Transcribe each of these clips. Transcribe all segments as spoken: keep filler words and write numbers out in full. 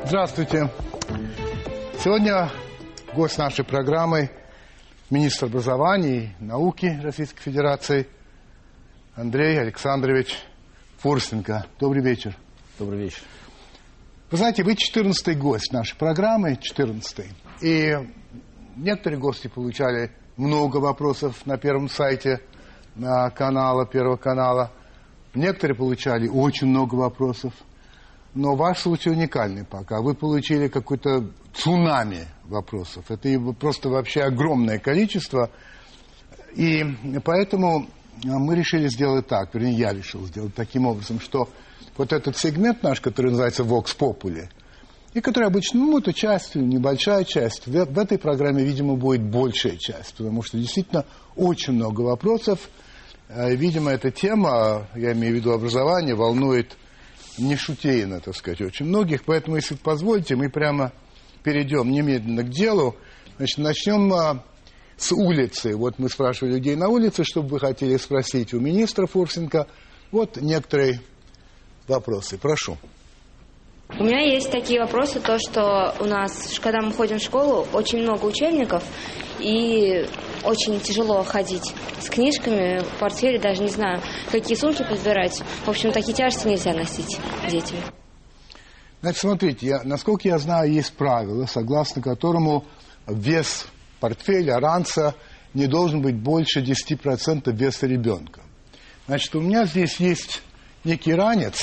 Здравствуйте. Сегодня гость нашей программы министр образования и науки Российской Федерации Андрей Александрович Фурсенко. Добрый вечер. Добрый вечер. Вы знаете, вы четырнадцатый гость нашей программы, четырнадцатый. И некоторые гости получали много вопросов на первом сайте на канала, Первого канала. Некоторые получали очень много вопросов. Но ваш случай уникальный пока. Вы получили какое-то цунами вопросов. Это просто вообще огромное количество. И поэтому мы решили сделать так, вернее, я решил сделать таким образом, что вот этот сегмент наш, который называется Vox Populi, и который обычно, ну, это часть, небольшая часть, в, в этой программе, видимо, будет большая часть, потому что действительно очень много вопросов. Видимо, эта тема, я имею в виду образование, волнует не шутейно, так сказать, очень многих. Поэтому, если позволите, мы прямо перейдем немедленно к делу. Значит, начнем а, с улицы. Вот мы спрашивали людей на улице, что бы вы хотели спросить у министра Фурсенко. Вот некоторые вопросы. Прошу. У меня есть такие вопросы, то, что у нас, когда мы ходим в школу, очень много учебников, и очень тяжело ходить с книжками, в портфеле, даже не знаю, какие сумки подбирать. В общем, такие тяжести нельзя носить детям. Значит, смотрите, я, насколько я знаю, есть правило, согласно которому вес портфеля, ранца не должен быть больше десяти процентов веса ребенка. Значит, у меня здесь есть некий ранец.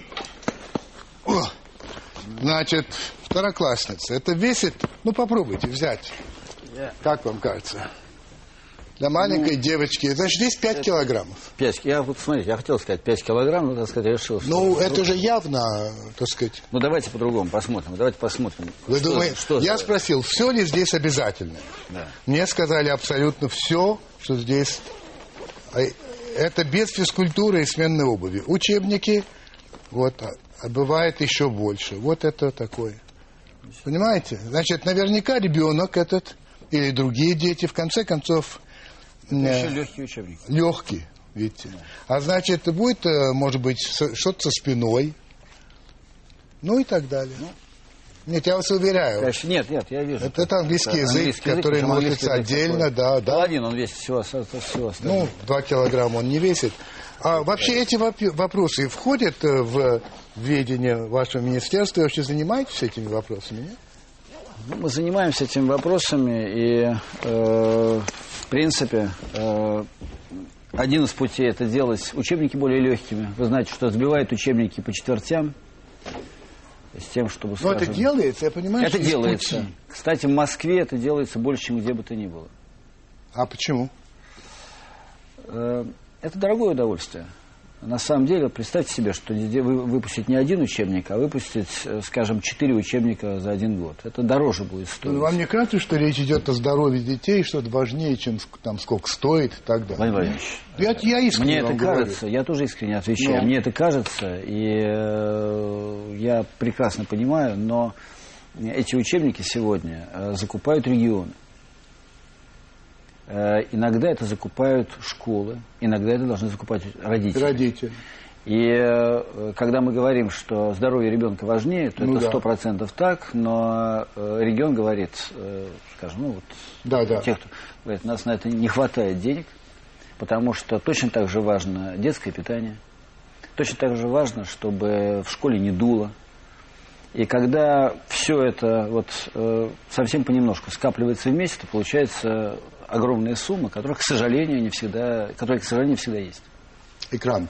Значит, второклассница. Это весит, ну попробуйте взять. Как вам кажется? Для маленькой ну, девочки. Значит, здесь пять килограммов. пять. Я вот, смотрите, я хотел сказать пять килограмм, но, так сказать, решил, что... Ну, это же явно, так сказать... Ну, давайте по-другому посмотрим. Давайте посмотрим. Вы что, думаете... Что я за... спросил, все ли здесь обязательно? Да. Мне сказали абсолютно все, что здесь... Это без физкультуры и сменной обуви. Учебники, вот, а бывает еще больше. Вот это такое. Понимаете? Значит, наверняка ребенок этот или другие дети, в конце концов... Еще легкий учебник. Легкий, видите. А значит, будет, может быть, что-то со спиной. Ну и так далее. Ну, нет, я вас уверяю. Конечно, нет, нет, я вижу. Это, это английский язык, английский который смотрится отдельно, да, да. Один он весит всего, всего ну, два килограмма он не весит. А вообще эти вопросы входят в ведение вашего министерства? Вы вообще занимаетесь этими вопросами, нет? Ну, мы занимаемся этими вопросами, и, э, в принципе, э, один из путей – это делать учебники более легкими. Вы знаете, что сбивают учебники по четвертям, с тем, чтобы... Но это делается, я понимаю, это делается. Пути. Кстати, в Москве это делается больше, чем где бы то ни было. А почему? Э, это дорогое удовольствие. На самом деле, представьте себе, что выпустить не один учебник, а выпустить, скажем, четыре учебника за один год. Это дороже будет стоить. Ну, вам не кажется, что речь идет о здоровье детей, что это важнее, чем там сколько стоит и так далее? Владимир Владимирович, я, я искренне мне это говорю. кажется, я тоже искренне отвечаю, но... мне это кажется, и э, я прекрасно понимаю, но эти учебники сегодня э, закупают регионы. Иногда это закупают школы, иногда это должны закупать родители. Родители. И когда мы говорим, что здоровье ребенка важнее, то ну это сто процентов да. так, но регион говорит, скажем, ну вот, да, да. те, кто говорит, у нас на это не хватает денег, потому что точно так же важно детское питание, точно так же важно, чтобы в школе не дуло. И когда все это вот совсем понемножку скапливается вместе, то получается огромная сумма, которая, к сожалению, не всегда, которая, к сожалению, не всегда есть. Экран.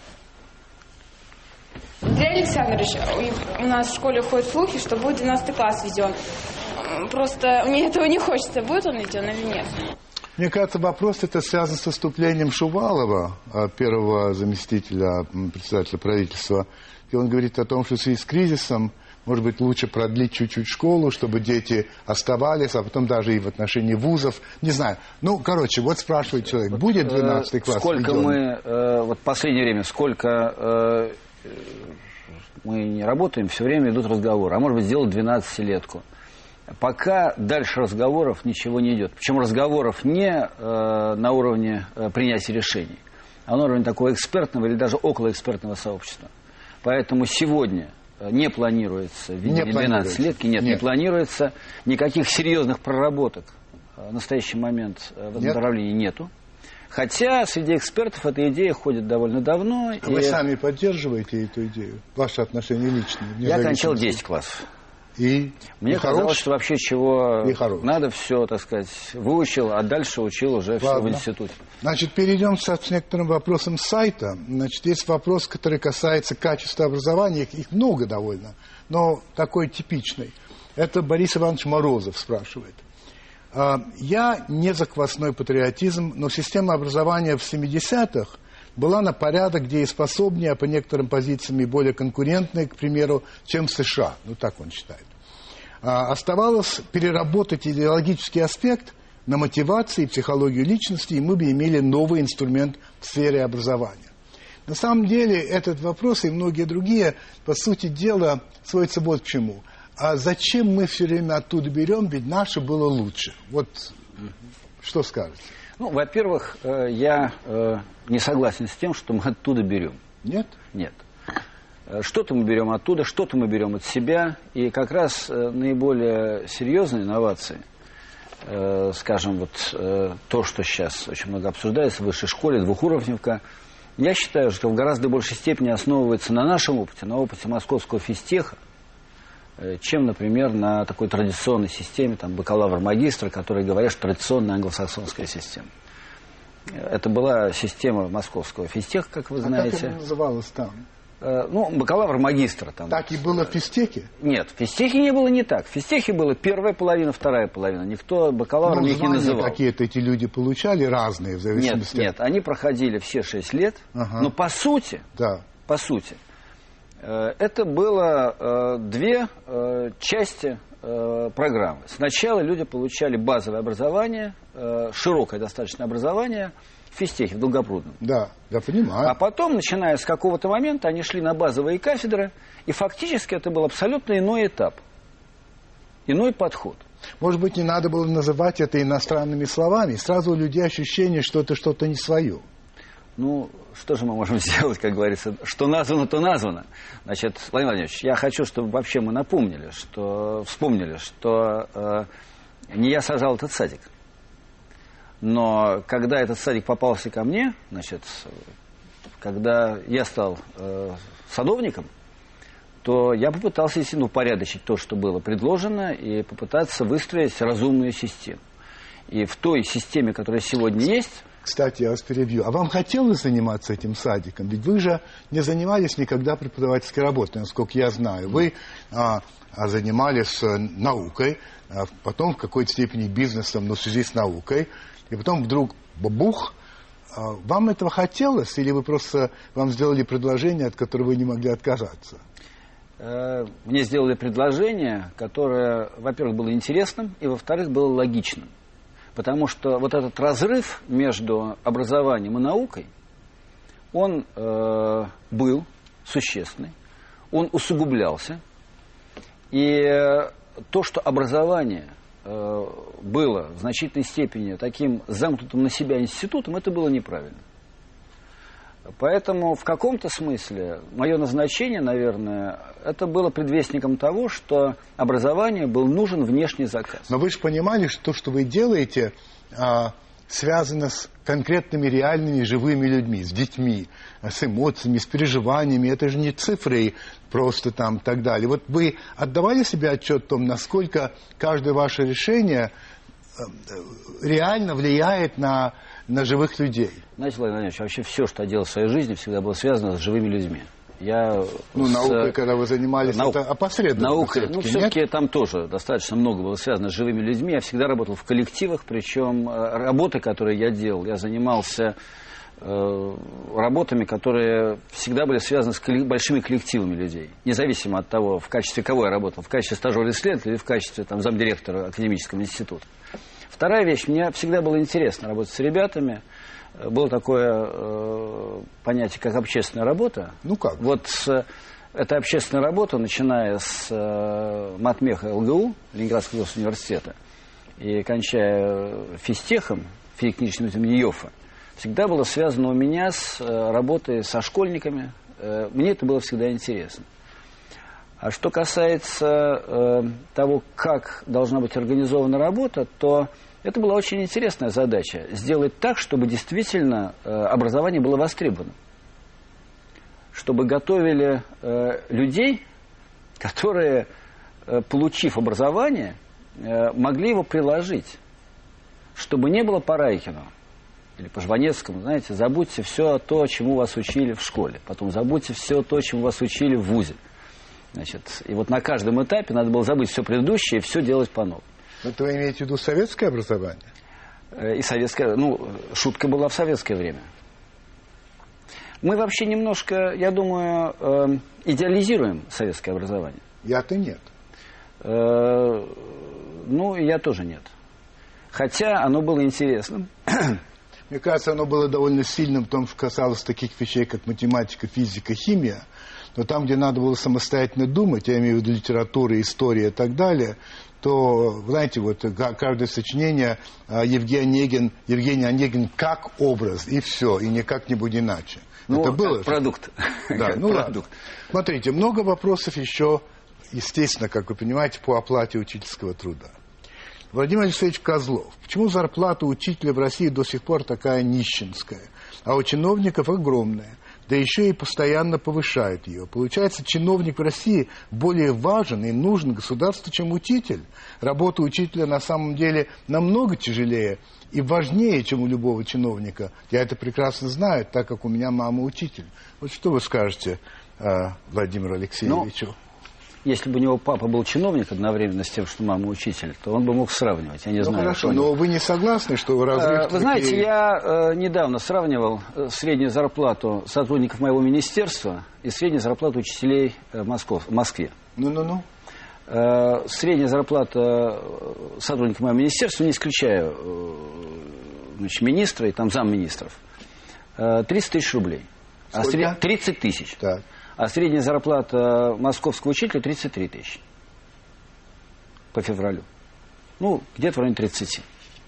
Андрей Александрович, у нас в школе ходят слухи, что будет двенадцатый класс введен. Просто мне этого не хочется. Будет он введен или нет? Мне кажется, вопрос это связан с выступлением Шувалова, первого заместителя председателя правительства. И он говорит о том, что в связи с кризисом может быть, лучше продлить чуть-чуть школу, чтобы дети оставались, а потом даже и в отношении вузов. Не знаю. Ну, короче, вот спрашивает человек, будет двенадцатый класс? Сколько введен? мы, э, вот в последнее время, сколько э, мы не работаем, все время идут разговоры. А может быть, сделать двенадцатилетку. Пока дальше разговоров ничего не идет. Причем разговоров не э, на уровне э, принятия решений, а на уровне такого экспертного или даже околоэкспертного сообщества. Поэтому сегодня не планируется введение не двенадцатилетки, нет, нет, не планируется. Никаких серьезных проработок в настоящий момент в этом нет. направлении нету. Хотя среди экспертов эта идея ходит довольно давно. А и... Вы сами поддерживаете эту идею? Ваши отношения личные? Я окончал десять классов. И Мне и казалось, хорош? что вообще чего и надо все, так сказать, выучил, а дальше учил уже все в институте. Значит, перейдем сейчас к некоторым вопросам сайта. Значит, есть вопрос, который касается качества образования. Их, их много довольно, но такой типичный. Это Борис Иванович Морозов спрашивает. Я не за квасной патриотизм, но система образования в семидесятых была на порядок дееспособнее, а по некоторым позициям и более конкурентной, к примеру, чем в США. Ну, так он считает. Оставалось переработать идеологический аспект на мотивации и психологию личности, и мы бы имели новый инструмент в сфере образования. На самом деле этот вопрос и многие другие, по сути дела, сводятся вот к чему. А зачем мы все время оттуда берем, ведь наше было лучше? Вот что скажете? Ну, во-первых, я не согласен с тем, что мы оттуда берем. Нет? Нет. Что-то мы берем оттуда, что-то мы берем от себя. И как раз наиболее серьезные инновации, скажем, вот то, что сейчас очень много обсуждается в высшей школе, двухуровневка, я считаю, что в гораздо большей степени основывается на нашем опыте, на опыте московского физтеха, чем, например, на такой традиционной системе, там, бакалавр-магистр, которые говорят, что традиционная англосаксонская система. Это была система московского физтеха, как вы знаете. А как это называлось там? Ну, бакалавр-магистр там. Так и было в физтехе? Нет, в физтехе не было не так. В физтехе была первая половина, вторая половина. Никто бакалавром их не называл. Какие-то эти люди получали разные, в зависимости. Нет, нет, они проходили все шесть лет, ага. но по сути, да. по сути, это было две части программы. Сначала люди получали базовое образование, широкое достаточно образование в физтехе, в Долгопрудном. Да, я понимаю. А потом, начиная с какого-то момента, они шли на базовые кафедры, и фактически это был абсолютно иной этап, иной подход. Может быть, не надо было называть это иностранными словами, сразу у людей ощущение, что это что-то не свое. Ну, что же мы можем сделать, как говорится, что названо, то названо. Значит, Владимир Владимирович, я хочу, чтобы вообще мы напомнили, что, вспомнили, что э, не я сажал этот садик. Но когда этот садик попался ко мне, значит, когда я стал э, садовником, то я попытался, ну, упорядочить то, что было предложено, и попытаться выстроить разумную систему. И в той системе, которая сегодня есть... Кстати, я вас перебью. А вам хотелось заниматься этим садиком? Ведь вы же не занимались никогда преподавательской работой, насколько я знаю. Вы а, занимались наукой, а потом в какой-то степени бизнесом, но в связи с наукой. И потом вдруг бабух. А вам этого хотелось? Или вы просто вам сделали предложение, от которого вы не могли отказаться? Мне сделали предложение, которое, во-первых, было интересным, и, во-вторых, было логичным. Потому что вот этот разрыв между образованием и наукой, он э, был существенный, он усугублялся. И то, что образование э, было в значительной степени таким замкнутым на себя институтом, это было неправильно. Поэтому в каком-то смысле мое назначение, наверное, это было предвестником того, что образованию был нужен внешний заказ. Но вы же понимали, что то, что вы делаете, а, связано с конкретными реальными живыми людьми, с детьми, с эмоциями, с переживаниями. Это же не цифры просто там и так далее. Вот вы отдавали себе отчет о том, насколько каждое ваше решение реально влияет на... на живых людей. Знаете, Владимир Владимирович, вообще все, что я делал в своей жизни, всегда было связано с живыми людьми. Я ну, с... наукой, когда вы занимались, Наук... это опосредованно. Наукой, ну, все-таки там тоже достаточно много было связано с живыми людьми. Я всегда работал в коллективах, причем работы, которые я делал, я занимался э, работами, которые всегда были связаны с коллек... большими коллективами людей. Независимо от того, в качестве кого я работал, в качестве стажера-исследователя или в качестве там, замдиректора академического института. Вторая вещь, мне всегда было интересно работать с ребятами. Было такое э, понятие, как общественная работа. Ну как? Вот э, эта общественная работа, начиная с э, матмеха ЛГУ, Ленинградского университета, и кончая физтехом, физико-техническим имени Йоффа, всегда было связано у меня с э, работой со школьниками. Э, мне это было всегда интересно. А что касается э, того, как должна быть организована работа, то это была очень интересная задача. Сделать так, чтобы действительно э, образование было востребовано. Чтобы готовили э, людей, которые, э, получив образование, э, могли его приложить. Чтобы не было по Райкину или по Жванецкому, знаете, забудьте все то, чему вас учили в школе. Потом забудьте все то, чему вас учили в вузе. Значит, и вот на каждом этапе надо было забыть все предыдущее и все делать по новому. Это вы имеете в виду советское образование? И советское, ну, шутка была в советское время. Мы вообще немножко, я думаю, э, идеализируем советское образование. Я-то нет. Э, ну, я тоже нет. Хотя оно было интересным. Мне кажется, оно было довольно сильным в том, что касалось таких вещей, как математика, физика, химия. Но там, где надо было самостоятельно думать, я имею в виду литература, история и так далее, то, знаете, вот каждое сочинение Евгений Онегин, Евгений Онегин как образ, и все, и не как-нибудь иначе. Ну, это было продукт. Да, ну ладно. Смотрите, много вопросов еще, естественно, как вы понимаете, по оплате учительского труда. Владимир Алексеевич Козлов. Почему зарплата учителя в России до сих пор такая нищенская, а у чиновников огромная? Да еще и постоянно повышают ее. Получается, чиновник в России более важен и нужен государству, чем учитель. Работа учителя на самом деле намного тяжелее и важнее, чем у любого чиновника. Я это прекрасно знаю, так как у меня мама учитель. Вот что вы скажете э, Владимиру Алексеевичу? Ну, если бы у него папа был чиновник одновременно с тем, что мама учитель, то он бы мог сравнивать. Я не ну, знаю. Хорошо, но вы не согласны, что разрыв... Вы знаете, я э, недавно сравнивал среднюю зарплату сотрудников моего министерства и среднюю зарплату учителей э, Москов, в Москве. Ну-ну-ну. Э, средняя зарплата сотрудников моего министерства, не исключая э, значит, министра и там замминистров, э, тридцать тысяч рублей. А сред... тридцать тысяч. Так. А средняя зарплата московского учителя тридцать три тысячи по февралю. Ну, где-то в районе тридцати.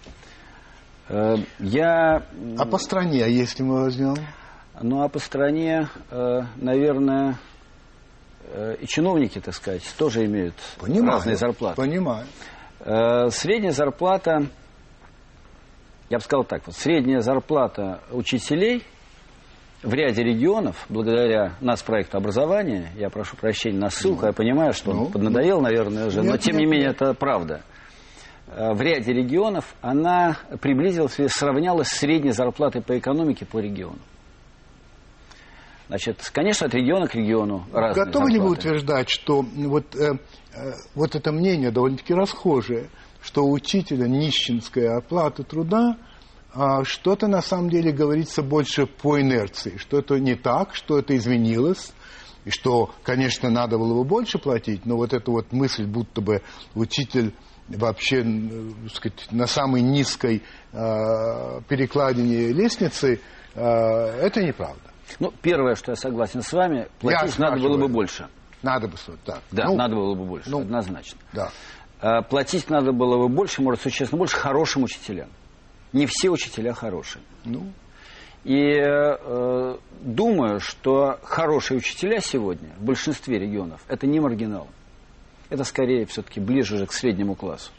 Я... А по стране, если мы возьмем? Ну, а по стране, наверное, и чиновники, так сказать, тоже имеют Понимаю, разные зарплаты. Понимаю. Средняя зарплата, я бы сказал так, вот средняя зарплата учителей в ряде регионов, благодаря нацпроекту образования, я прошу прощения на ссылку, ну, я понимаю, что ну, он поднадоел, ну, наверное, уже, нет, но тем нет, не менее нет. Это правда. В ряде регионов она приблизилась и сравнялась с средней зарплатой по экономике по региону. Значит, конечно, от региона к региону разные Готовы зарплаты. ли вы утверждать, что вот, э, э, вот это мнение довольно-таки расхожее, что у учителя нищенская оплата труда, а что-то на самом деле говорится больше по инерции, что это не так, что это изменилось, и что, конечно, надо было бы больше платить, но вот эта вот мысль, будто бы учитель вообще, так сказать, на самой низкой э, перекладине лестницы, э, это неправда. Ну, первое, что я согласен с вами, платить я надо было бы больше. Надо бы, так. Да, ну, надо было бы больше, ну, однозначно. Да. А, платить надо было бы больше, может, существенно больше хорошим учителям. Не все учителя хорошие. Ну. И э, думаю, что хорошие учителя сегодня в большинстве регионов это не маргиналы. Это скорее все-таки ближе же к среднему классу.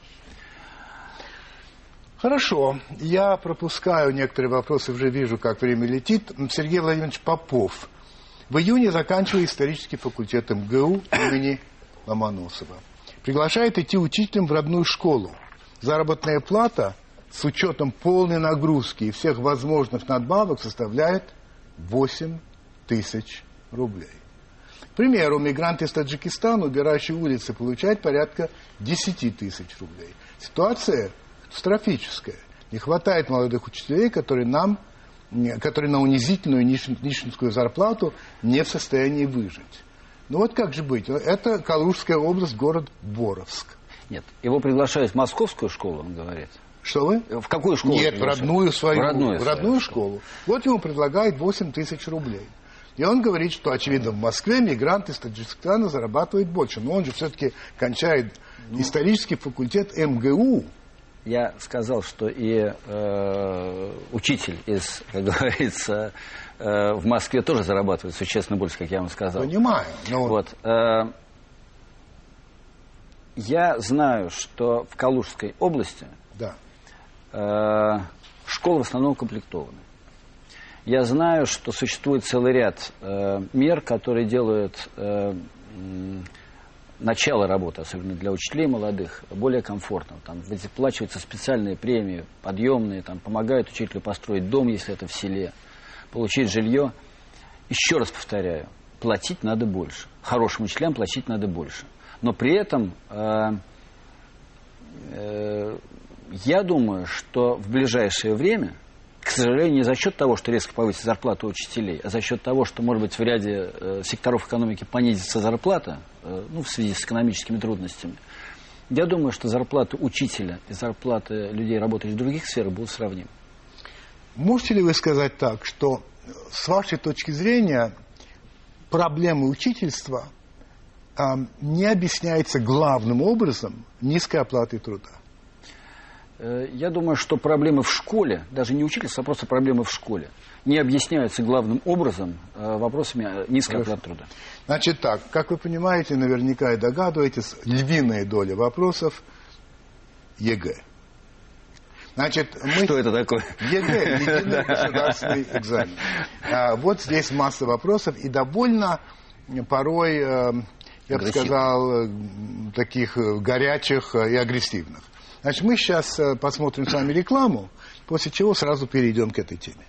Хорошо. Я пропускаю некоторые вопросы, уже вижу, как время летит. Сергей Владимирович Попов. В июне заканчивает исторический факультет эм гэ у имени Ломоносова. Приглашает идти учителем в родную школу. Заработная плата с учетом полной нагрузки и всех возможных надбавок составляет восемь тысяч рублей. К примеру, мигрант из Таджикистана, убирающий улицы, получает порядка десять тысяч рублей. Ситуация катастрофическая. Не хватает молодых учителей, которые, нам, которые на унизительную нищенскую зарплату не в состоянии выжить. Ну вот как же быть? Это Калужская область, город Боровск. Нет, его приглашают в московскую школу, он говорит. Что вы? В какую школу? Нет, в родную свою. В родную, в родную школу. Вот ему предлагают восемь тысяч рублей. И он говорит, что, очевидно, в Москве мигрант из Таджикистана зарабатывает больше. Но он же все-таки кончает ну, исторический факультет эм гэ у. Я сказал, что и э, учитель из, как говорится, э, в Москве тоже зарабатывает существенно больше, как я вам сказал. Понимаю. Но... Вот. Э, Я знаю, что в Калужской области Да. э, школы в основном укомплектованы. Я знаю, что существует целый ряд э, мер, которые делают э, м, начало работы, особенно для учителей молодых, более комфортным. Там выплачиваются специальные премии, подъемные, там, помогают учителю построить дом, если это в селе, получить жилье. Еще раз повторяю, платить надо больше. Хорошим учителям платить надо больше. Но при этом э, э, я думаю, что в ближайшее время, к сожалению, не за счет того, что резко повысится зарплата учителей, а за счет того, что, может быть, в ряде э, секторов экономики понизится зарплата, э, ну, в связи с экономическими трудностями, я думаю, что зарплаты учителя и зарплаты людей, работающих в других сферах, будут сравнимы. Можете ли вы сказать так, что с вашей точки зрения проблемы учительства э, не объясняется главным образом низкой оплатой труда? Я думаю, что проблемы в школе, даже не учительство, а просто проблемы в школе, не объясняются главным образом вопросами низкой оплаты труда. Значит так, как вы понимаете, наверняка и догадываетесь, львиная доля вопросов ЕГЭ. Значит, мы... Что это такое? ЕГЭ, единый государственный экзамен. А, вот здесь масса вопросов и довольно порой, я бы сказал, таких горячих и агрессивных. Значит, мы сейчас посмотрим с вами рекламу, после чего сразу перейдем к этой теме.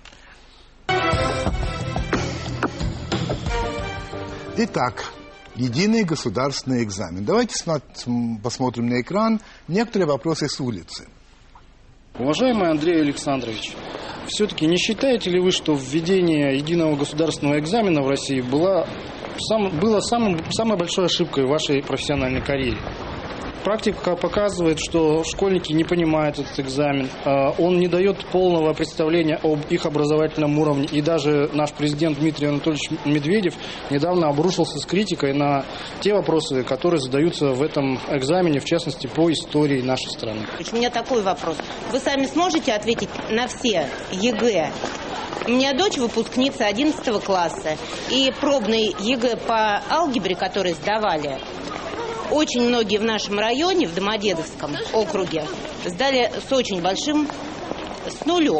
Итак, единый государственный экзамен. Давайте посмотрим на экран некоторые вопросы с улицы. Уважаемый Андрей Александрович, все-таки не считаете ли вы, что введение единого государственного экзамена в России было, сам, было самым, самой большой ошибкой в вашей профессиональной карьере? Практика показывает, что школьники не понимают этот экзамен, он не дает полного представления об их образовательном уровне. И даже наш президент Дмитрий Анатольевич Медведев недавно обрушился с критикой на те вопросы, которые задаются в этом экзамене, в частности, по истории нашей страны. У меня такой вопрос. Вы сами сможете ответить на все ЕГЭ? У меня дочь выпускница одиннадцатого класса, и пробный ЕГЭ по алгебре, который сдавали, очень многие в нашем районе, в Домодедовском округе, сдали с очень большим, с нулем.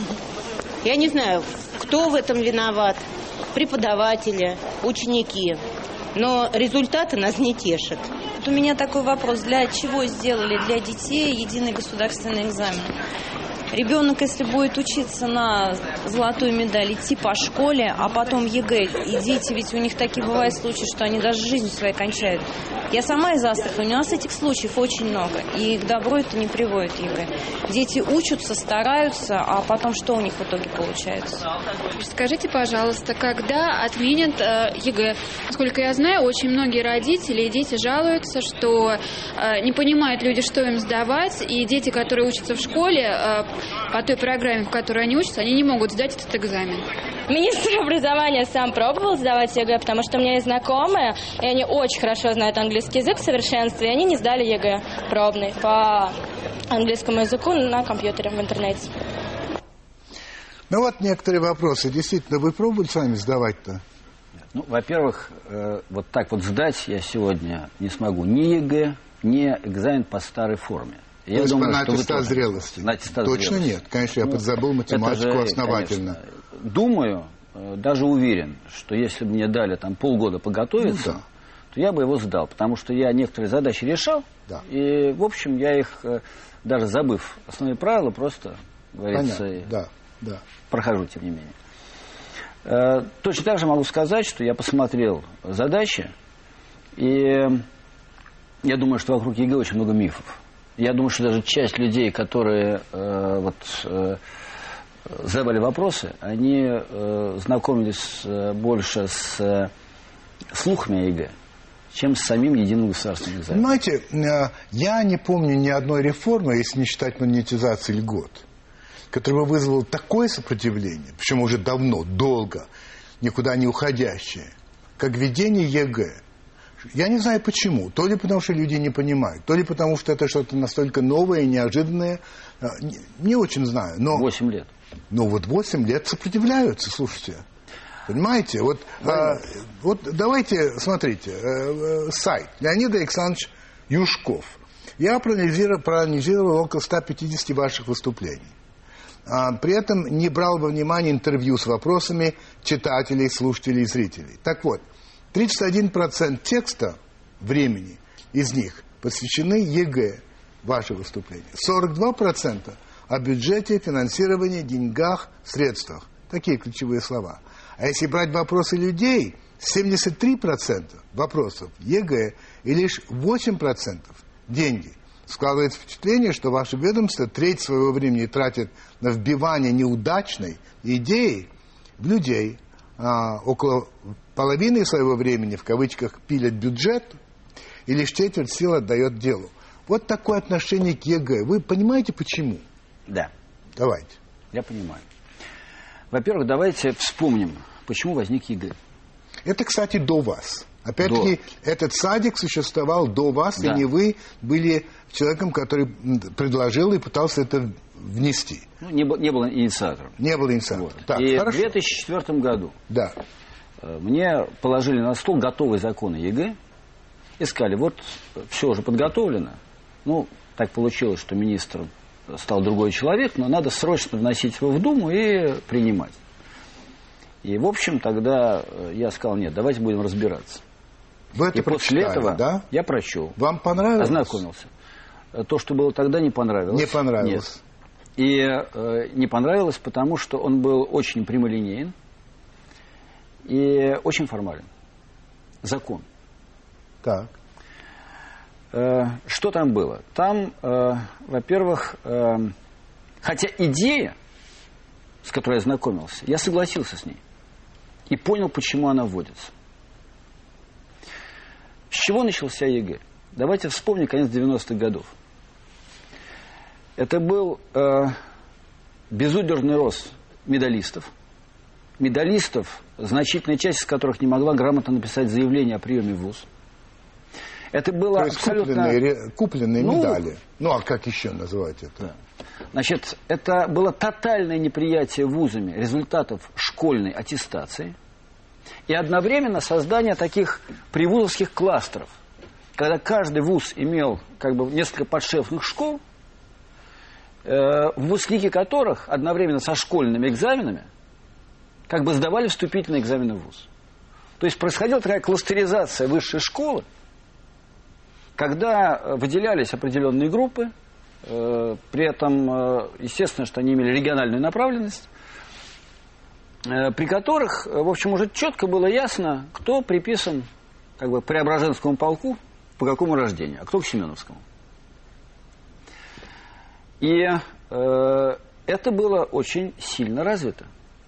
Я не знаю, кто в этом виноват, преподаватели, ученики, но результаты нас не тешат. Вот у меня такой вопрос. Для чего сделали для детей единый государственный экзамен? Ребенок, если будет учиться на золотую медаль, идти по школе, а потом ЕГЭ, и дети, ведь у них такие бывают случаи, что они даже жизнь свою кончают. Я сама из Астрахани, у нас этих случаев очень много, и к добру это не приводит ЕГЭ. Дети учатся, стараются, а потом что у них в итоге получается? Скажите, пожалуйста, когда отменят э, ЕГЭ? Насколько я знаю, очень многие родители и дети жалуются, что э, не понимают люди, что им сдавать, и дети, которые учатся в школе, э, по той программе, в которой они учатся, они не могут сдать этот экзамен. Министр образования сам пробовал сдавать ЕГЭ, потому что у меня есть знакомые, и они очень хорошо знают английский язык в совершенстве, и они не сдали ЕГЭ пробный по английскому языку на компьютере в интернете. Ну вот некоторые вопросы. Действительно, вы пробовали сами сдавать-то? Ну, во-первых, э, вот так вот сдать я сегодня не смогу ни ЕГЭ, ни экзамен по старой форме. Я То есть думаю, на что аттестат зрелости? На аттестат Точно зрелости. нет. Конечно, я ну, подзабыл математику же, основательно. Конечно, думаю, даже уверен, что если бы мне дали там полгода поготовиться, ну, да. то я бы его сдал. Потому что я некоторые задачи решал. Да. И, в общем, я их, даже забыв основные правила, просто, говорится, да, да. прохожу, тем не менее. Точно так же могу сказать, что я посмотрел задачи, и я думаю, что вокруг ЕГЭ очень много мифов. Я думаю, что даже часть людей, которые э, вот, э, задавали вопросы, они э, знакомились э, больше с э, слухами о ЕГЭ, чем с самим единым государственным экзаменом. Знаете, э, я не помню ни одной реформы, если не считать монетизации льгот, которая бы вызвала такое сопротивление, причем уже давно, долго, никуда не уходящее, как введение ЕГЭ. Я не знаю почему. То ли потому, что люди не понимают, то ли потому, что это что-то настолько новое и неожиданное. Не, не очень знаю. Но, восемь лет. Ну вот восемь лет сопротивляются, слушайте. Понимаете? Вот, а, вот давайте, смотрите, э, сайт Леонида Александровича Юшков. Я проанализировал, проанализировал около ста пятидесяти ваших выступлений. А, при этом не брал во внимание интервью с вопросами читателей, слушателей и зрителей. Так вот, тридцать один процент текста, времени из них посвящены ЕГЭ, ваше выступление. сорок два процента о бюджете, финансировании, деньгах, средствах. Такие ключевые слова. А если брать вопросы людей, семьдесят три процента вопросов ЕГЭ и лишь восемь процентов деньги. Складывается впечатление, что ваше ведомство треть своего времени тратит на вбивание неудачной идеи в людей, а, около половины своего времени, в кавычках, пилят бюджет, и лишь четверть сил отдает делу. Вот такое отношение к ЕГЭ. Вы понимаете, почему? Да. Давайте. Я понимаю. Во-первых, давайте вспомним, почему возник ЕГЭ. Это, кстати, до вас. Опять-таки, до. Этот садик существовал до вас, да. И не вы были человеком, который предложил и пытался это внести. Ну, не, не был инициатором. Не был инициатором. Вот. Так, и хорошо. в две тысячи четвёртом году да. мне положили на стол готовые законы ЕГЭ и сказали, вот все уже подготовлено. Ну, так получилось, что министром стал другой человек, но надо срочно вносить его в Думу и принимать. И, в общем, тогда я сказал, нет, давайте будем разбираться. Вы это и после этого да? я прочел. Вам понравилось? Ознакомился. То, что было тогда, не понравилось. Не понравилось. Нет. И э, не понравилось, потому что он был очень прямолинеен и очень формален. Закон. Так. Э, что там было? Там, э, во-первых, э, хотя идея, с которой я знакомился, я согласился с ней. И понял, почему она вводится. С чего начался ЕГЭ? Давайте вспомним конец девяностых годов. Это был э, безудержный рост медалистов. Медалистов, значительная часть из которых не могла грамотно написать заявление о приеме в вуз. Это было То есть абсолютно... купленные, купленные ну, медали. Ну, а как еще называть это? Да. Значит, это было тотальное неприятие вузами результатов школьной аттестации и одновременно создание таких привузовских кластеров, когда каждый вуз имел как бы несколько подшефных школ, э, выпускники которых одновременно со школьными экзаменами как бы сдавали вступительные экзамены в вуз. То есть происходила такая кластеризация высшей школы, когда выделялись определенные группы, э, при этом, э, естественно, что они имели региональную направленность, э, при которых, в общем, уже четко было ясно, кто приписан как бы Преображенскому полку, по какому рождению, а кто к Семеновскому. И э, это было очень сильно развито.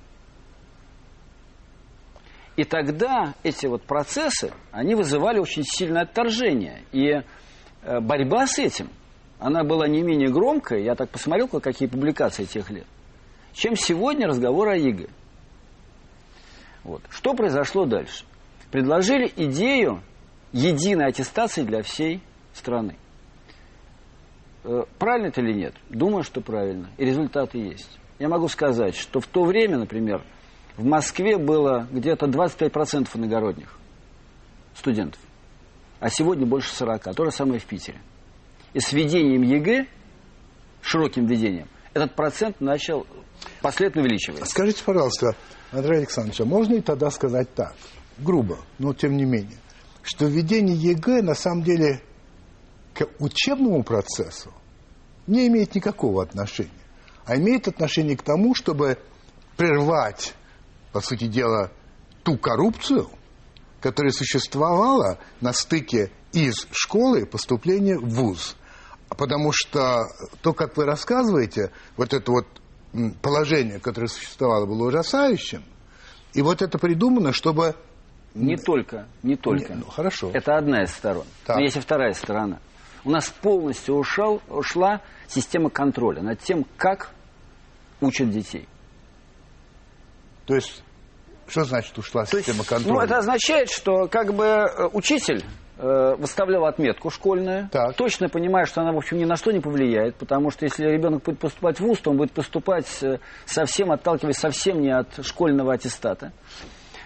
И тогда эти вот процессы, они вызывали очень сильное отторжение. И э, борьба с этим, она была не менее громкая, я так посмотрел, какие публикации тех лет, чем сегодня разговор о ЕГЭ. Вот. Что произошло дальше? Предложили идею единой аттестации для всей страны. Э, правильно это или нет? Думаю, что правильно. И результаты есть. Я могу сказать, что в то время, например, в Москве было где-то двадцать пять процентов иногородних студентов, а сегодня больше сорока. То же самое в Питере. И с введением ЕГЭ, широким введением, этот процент начал последовательно увеличиваться. Скажите, пожалуйста, Андрей Александрович, а можно и тогда сказать так, грубо, но тем не менее, что введение ЕГЭ на самом деле к учебному процессу не имеет никакого отношения, а имеет отношение к тому, чтобы прервать, по сути дела, ту коррупцию, которая существовала на стыке из школы и поступления в вуз. Потому что то, как вы рассказываете, вот это вот положение, которое существовало, было ужасающим. И вот это придумано, чтобы... Не только, не только. Не, ну, хорошо. Это одна из сторон. Так. Но есть и вторая сторона. У нас полностью ушел, ушла система контроля над тем, как учат детей. То есть, что значит ушла То система есть, контроля? Ну, это означает, что как бы учитель э, выставлял отметку школьную, так. точно понимая, что она, в общем, ни на что не повлияет, потому что если ребенок будет поступать в вуз, то он будет поступать совсем, отталкиваясь совсем не от школьного аттестата.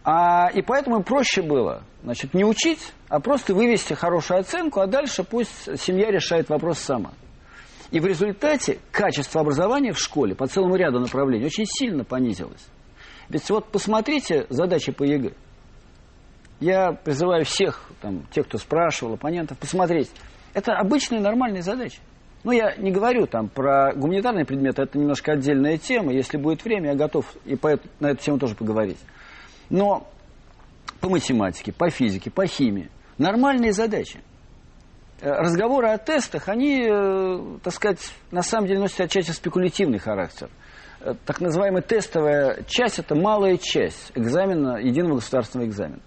А, и поэтому проще было, значит, не учить, а просто вывести хорошую оценку, а дальше пусть семья решает вопрос сама. И в результате качество образования в школе по целому ряду направлений очень сильно понизилось. Ведь вот посмотрите задачи по ЕГЭ. Я призываю всех, там, тех, кто спрашивал, оппонентов, посмотреть. Это обычные нормальные задачи. Ну, я не говорю там про гуманитарные предметы, это немножко отдельная тема. Если будет время, я готов и по эту, на эту тему тоже поговорить. Но по математике, по физике, по химии нормальные задачи. Разговоры о тестах, они, э, так сказать, на самом деле носят отчасти спекулятивный характер. Э, так называемая тестовая часть – это малая часть экзамена, единого государственного экзамена.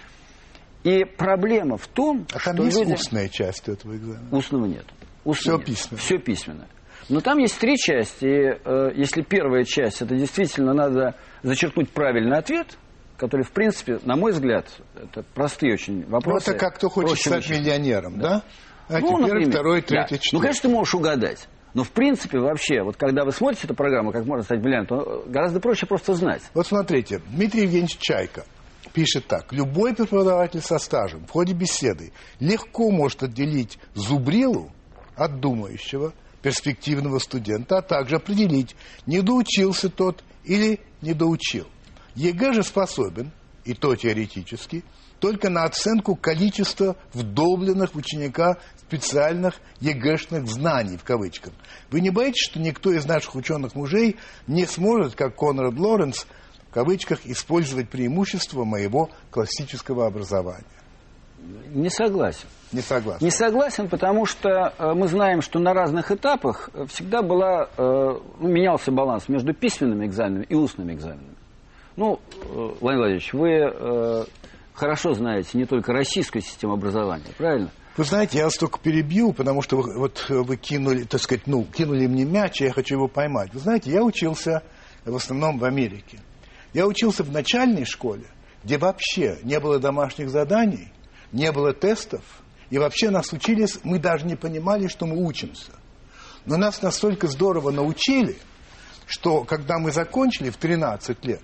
И проблема в том, а что там есть люди... устная часть этого экзамена? Устного нет. Устного Все нет. письменно? Все письменно. Но там есть три части. И, э, если первая часть, это действительно надо зачеркнуть правильный ответ, который, в принципе, на мой взгляд, это простые очень вопросы. Ну, это как кто хочет стать учить. Миллионером, да? да? А ну, теперь например, второй, третий, да. четвертый. Ну, конечно, ты можешь угадать. Но, в принципе, вообще, вот когда вы смотрите эту программу, как можно стать миллионером, то гораздо проще просто знать. Вот смотрите, Дмитрий Евгеньевич Чайка пишет так. Любой преподаватель со стажем в ходе беседы легко может отделить зубрилу от думающего, перспективного студента, а также определить, не доучился тот или не доучил. ЕГЭ же способен, и то теоретически, только на оценку количества вдолбленных в ученика специальных ЕГЭшных знаний, в кавычках. Вы не боитесь, что никто из наших ученых-мужей не сможет, как Конрад Лоренц, в кавычках, использовать преимущества моего классического образования? Не согласен. Не согласен. Не согласен, потому что э, мы знаем, что на разных этапах всегда была, э, ну, менялся баланс между письменными экзаменами и устными экзаменами. Ну, э, Владимир Владимирович, вы э, хорошо знаете не только российскую систему образования, правильно? Вы знаете, я вас только перебью, потому что вы, вот, вы кинули, так сказать, ну, кинули мне мяч, и я хочу его поймать. Вы знаете, я учился в основном в Америке. Я учился в начальной школе, где вообще не было домашних заданий, не было тестов, и вообще нас учились, мы даже не понимали, что мы учимся. Но нас настолько здорово научили, что когда мы закончили в тринадцать лет,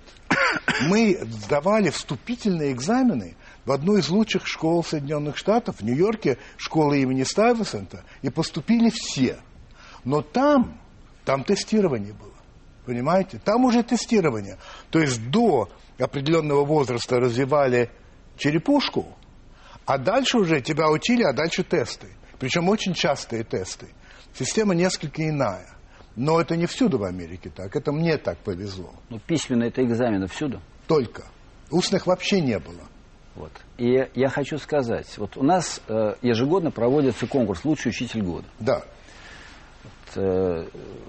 мы сдавали вступительные экзамены в одну из лучших школ Соединенных Штатов, в Нью-Йорке, школа имени Стайвесента, и поступили все. Но там, там тестирование было, понимаете? Там уже тестирование. То есть до определенного возраста развивали черепушку, а дальше уже тебя учили, а дальше тесты. Причем очень частые тесты. Система несколько иная. Но это не всюду в Америке так. Это мне так повезло. Ну, письменные это экзамены всюду? Только. Устных вообще не было. Вот. И я хочу сказать, вот у нас э, ежегодно проводится конкурс «Лучший учитель года». Да. Вот, э,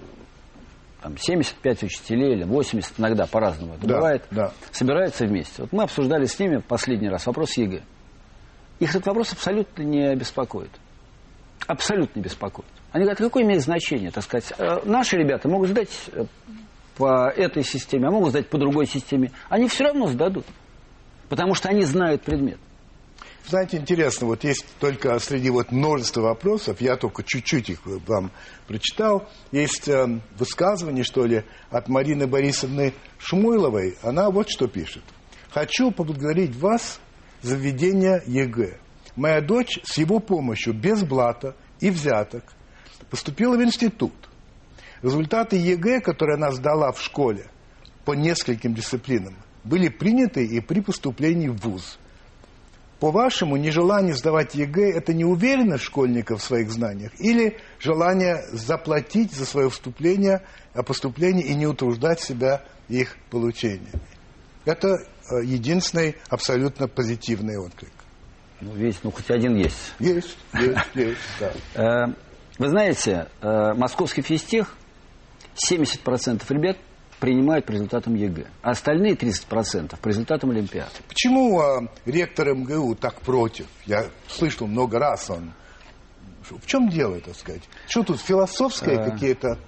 там семьдесят пять учителей или восемьдесят, иногда по-разному это да, бывает, да. собираются вместе. Вот мы обсуждали с ними последний раз вопрос ЕГЭ. Их этот вопрос абсолютно не беспокоит. Абсолютно не беспокоит. Они говорят, какое имеет значение, так сказать. Наши ребята могут сдать по этой системе, а могут сдать по другой системе. Они все равно сдадут, потому что они знают предмет. Знаете, интересно, вот есть только среди вот множества вопросов, я только чуть-чуть их вам прочитал, есть э, высказывание, что ли, от Марины Борисовны Шмуйловой. Она вот что пишет. «Хочу поблагодарить вас за введение ЕГЭ. Моя дочь с его помощью, без блата и взяток, поступила в институт. Результаты ЕГЭ, которые она сдала в школе по нескольким дисциплинам, были приняты и при поступлении в вуз. По-вашему, нежелание сдавать ЕГЭ – это неуверенность школьников в своих знаниях или желание заплатить за свое вступление, о поступлении и не утруждать себя их получением?» Это э, единственный абсолютно позитивный отклик. Ну, видите, ну хоть один есть. Есть, есть, есть, да. Вы знаете, московский физтех семьдесят процентов ребят принимают по результатам ЕГЭ, а остальные тридцать процентов по результатам Олимпиады. Почему э, ректор МГУ так против? Я слышал много раз он. В чем дело, так сказать? Что тут, философское а... какие-то...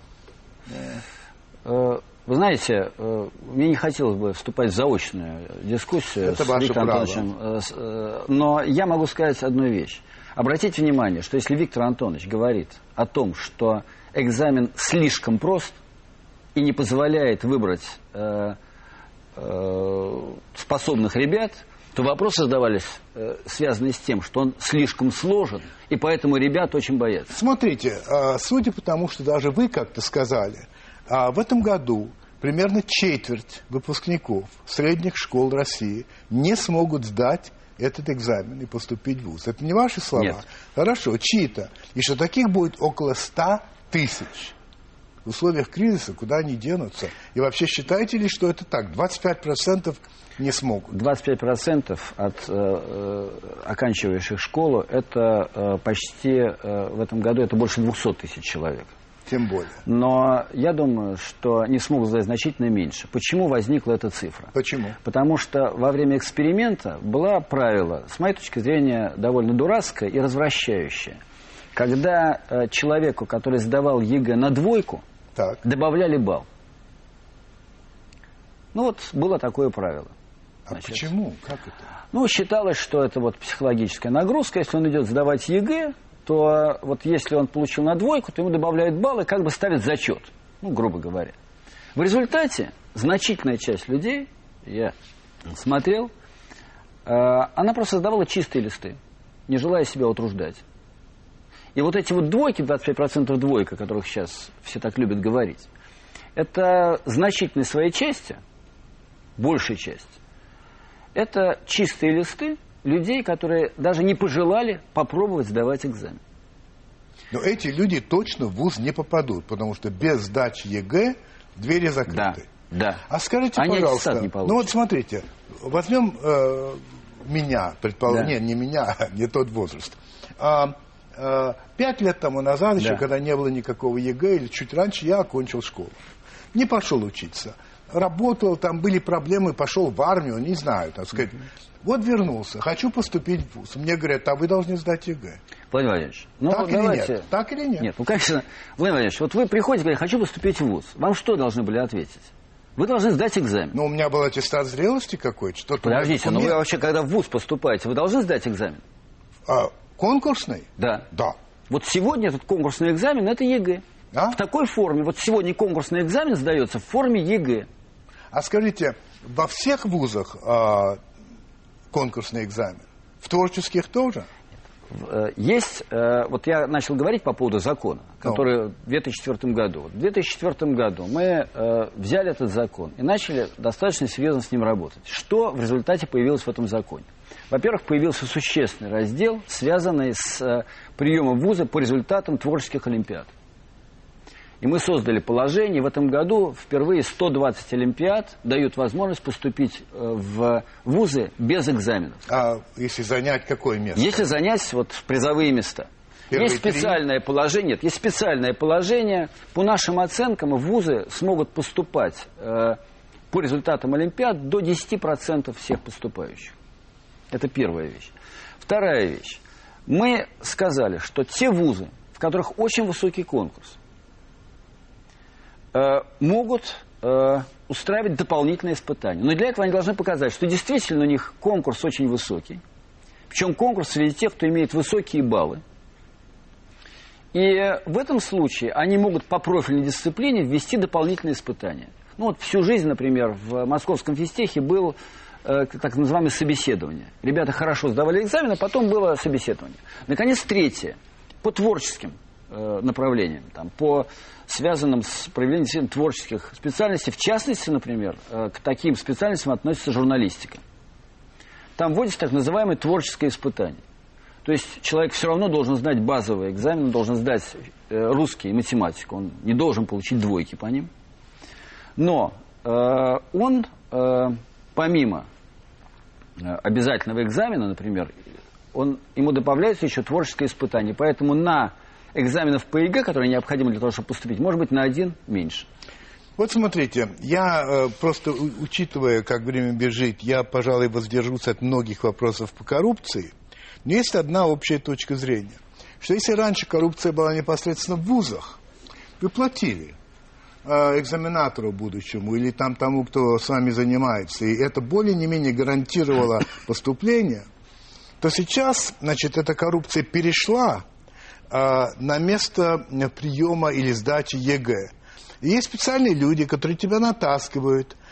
Вы знаете, мне не хотелось бы вступать в заочную дискуссию Это с Виктором Антоновичем, но я могу сказать одну вещь. Обратите внимание, что если Виктор Антонович говорит о том, что экзамен слишком прост и не позволяет выбрать э, э, способных ребят, то вопросы задавались, э, связанные с тем, что он слишком сложен, и поэтому ребят очень боятся. Смотрите, э, судя по тому, что даже вы как-то сказали, э, в этом году примерно четверть выпускников средних школ России не смогут сдать этот экзамен и поступить в вуз. Это не ваши слова? Нет. Хорошо, чьи-то. И что таких будет около ста тысяч. В условиях кризиса куда они денутся? И вообще считаете ли, что это так? двадцать пять процентов не смогут? двадцать пять процентов от э, э, оканчивающих школу, это э, почти э, в этом году это больше двухсот тысяч человек. Тем более. Но я думаю, что не смогут сдать значительно меньше. Почему возникла эта цифра? Почему? Потому что во время эксперимента было правило, с моей точки зрения, довольно дурацкое и развращающее. Когда э, человеку, который сдавал ЕГЭ на двойку, так. добавляли балл. Ну вот, было такое правило. А Значит, почему? Как это? Ну, считалось, что это вот психологическая нагрузка. Если он идет сдавать ЕГЭ, то вот если он получил на двойку, то ему добавляют баллы, как бы ставят зачет, ну, грубо говоря. В результате значительная часть людей, я смотрел, э, она просто сдавала чистые листы, не желая себя утруждать. И вот эти вот двойки, двадцать пять процентов двойка, о которых сейчас все так любят говорить, это значительной своей части, большей части, это чистые листы людей, которые даже не пожелали попробовать сдавать экзамен. Но эти люди точно в вуз не попадут, потому что без сдачи ЕГЭ двери закрыты. Да, да. А скажите, Они пожалуйста, не ну вот смотрите, возьмем э, меня, предположим, да. нет, не меня, не тот возраст. А, а, пять лет тому назад, да. еще когда не было никакого ЕГЭ, или чуть раньше, я окончил школу. Не пошел учиться. Работал, там были проблемы, пошел в армию, не знаю, так сказать. Mm-hmm. Вот вернулся, хочу поступить в вуз. Мне говорят, а вы должны сдать ЕГЭ. Владимир Владимирович, ну так, вот или давайте... нет? так или нет? Нет, ну конечно, Владимир Владимирович, вот вы приходите и говорите, хочу поступить в вуз. Вам что должны были ответить? Вы должны сдать экзамен. Ну, у меня был аттестат зрелости какой-то. Что-то Подождите, но вы вообще, когда в вуз поступаете, вы должны сдать экзамен? А, конкурсный? Да. Да. Вот сегодня этот конкурсный экзамен – это ЕГЭ. А? В такой форме. Вот сегодня конкурсный экзамен сдается в форме ЕГЭ. А скажите, во всех вузах а, конкурсный экзамен? В творческих тоже? Есть, вот я начал говорить по поводу закона, который в две тысячи четвёртом году. В две тысячи четвёртом году мы взяли этот закон и начали достаточно серьезно с ним работать. Что в результате появилось в этом законе? Во-первых, появился существенный раздел, связанный с приемом вуза по результатам творческих олимпиад. И мы создали положение, в этом году впервые сто двадцать олимпиад дают возможность поступить в вузы без экзаменов. А если занять какое место? Если занять вот призовые места. Первые есть специальное три? положение, нет, есть специальное положение. По нашим оценкам в вузы смогут поступать э, по результатам олимпиад до десяти процентов всех поступающих. Это первая вещь. Вторая вещь. Мы сказали, что те вузы, в которых очень высокий конкурс, могут э, устраивать дополнительные испытания. Но для этого они должны показать, что действительно у них конкурс очень высокий. Причем конкурс среди тех, кто имеет высокие баллы. И в этом случае они могут по профильной дисциплине ввести дополнительные испытания. Ну вот всю жизнь, например, в Московском физтехе был э, так называемое собеседование. Ребята хорошо сдавали экзамены, потом было собеседование. Наконец, третье. По творческим э, направлениям. Там, по связанным с проявлением творческих специальностей. В частности, например, к таким специальностям относится журналистика. Там вводится так называемое творческое испытание. То есть человек все равно должен сдать базовый экзамен, он должен сдать русский и математику, он не должен получить двойки по ним. Но э, он, э, помимо обязательного экзамена, например, он, ему добавляется еще творческое испытание. Поэтому на экзаменов по ЕГЭ, которые необходимы для того, чтобы поступить, может быть на один меньше. Вот смотрите, я э, просто, у, учитывая, как время бежит, я, пожалуй, воздержусь от многих вопросов по коррупции. Но есть одна общая точка зрения, что если раньше коррупция была непосредственно в вузах, вы платили э, экзаменатору будущему или там тому, кто с вами занимается, и это более-не-менее гарантировало поступление, то сейчас, значит, эта коррупция перешла на место приема или сдачи ЕГЭ. И есть специальные люди, которые тебя натаскивают,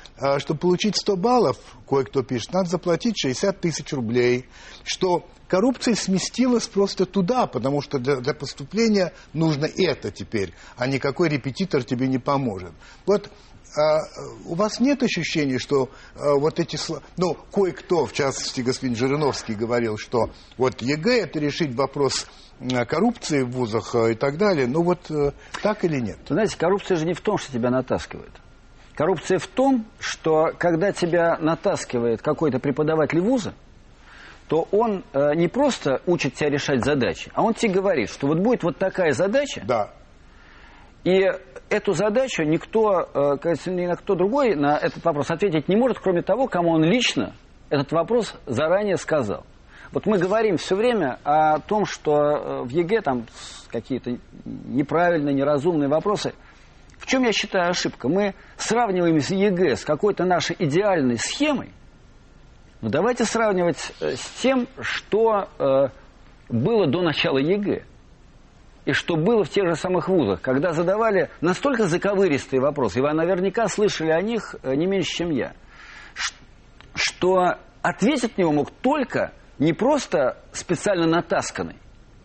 чтобы получить сто баллов, кое-кто пишет, надо заплатить шестьдесят тысяч рублей, что коррупция сместилась просто туда, потому что для, для поступления нужно это теперь, а никакой репетитор тебе не поможет. Вот а, у вас нет ощущения, что а, вот эти... Ну, кое-кто, в частности, господин Жириновский говорил, что вот ЕГЭ – это решить вопрос коррупции в вузах и так далее. Ну вот так или нет? Вы знаете, коррупция же не в том, что тебя натаскивает. Коррупция в том, что когда тебя натаскивает какой-то преподаватель вуза, то он э, не просто учит тебя решать задачи, а он тебе говорит, что вот будет вот такая задача, да. И эту задачу никто, э, кажется, никто другой на этот вопрос ответить не может, кроме того, кому он лично этот вопрос заранее сказал. Вот мы говорим все время о том, что в ЕГЭ там какие-то неправильные, неразумные вопросы. В чем я считаю ошибка? Мы сравниваем ЕГЭ с какой-то нашей идеальной схемой. Но давайте сравнивать с тем, что э, было до начала ЕГЭ. И что было в тех же самых вузах, когда задавали настолько заковыристые вопросы, и вы наверняка слышали о них не меньше, чем я, что ответить на него мог только не просто специально натасканный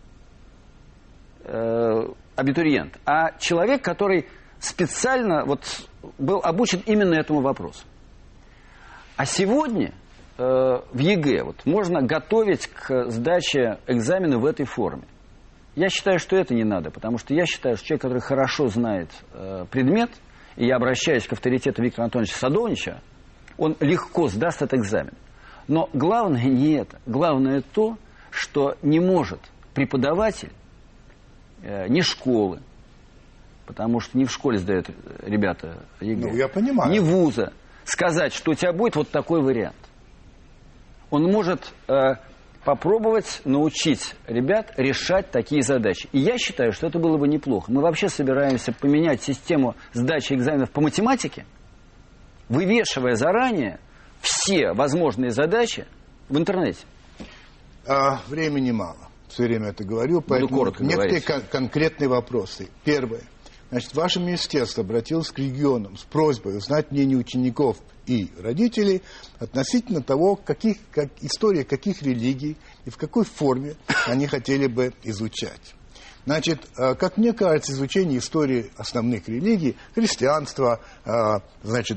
э, абитуриент, а человек, который специально вот, был обучен именно этому вопросу. А сегодня э, в ЕГЭ вот, можно готовить к сдаче экзамена в этой форме. Я считаю, что это не надо, потому что я считаю, что человек, который хорошо знает э, предмет, и я обращаюсь к авторитету Виктора Антоновича Садовнича, он легко сдаст этот экзамен. Но главное не это. Главное то, что не может преподаватель э, ни школы, потому что не в школе сдают ребята ЕГЭ, ну, я понимаю. Ни вуза, сказать, что у тебя будет вот такой вариант. Он может э, попробовать научить ребят решать такие задачи. И я считаю, что это было бы неплохо. Мы вообще собираемся поменять систему сдачи экзаменов по математике, вывешивая заранее все возможные задачи в интернете. А, времени мало. Все время это говорю. Поэтому некоторые кон- конкретные вопросы. Первое. Значит, ваше министерство обратилось к регионам с просьбой узнать мнение учеников и родителей относительно того, каких, как, история каких религий и в какой форме они хотели бы изучать. Значит, как мне кажется, изучение истории основных религий, христианства, значит,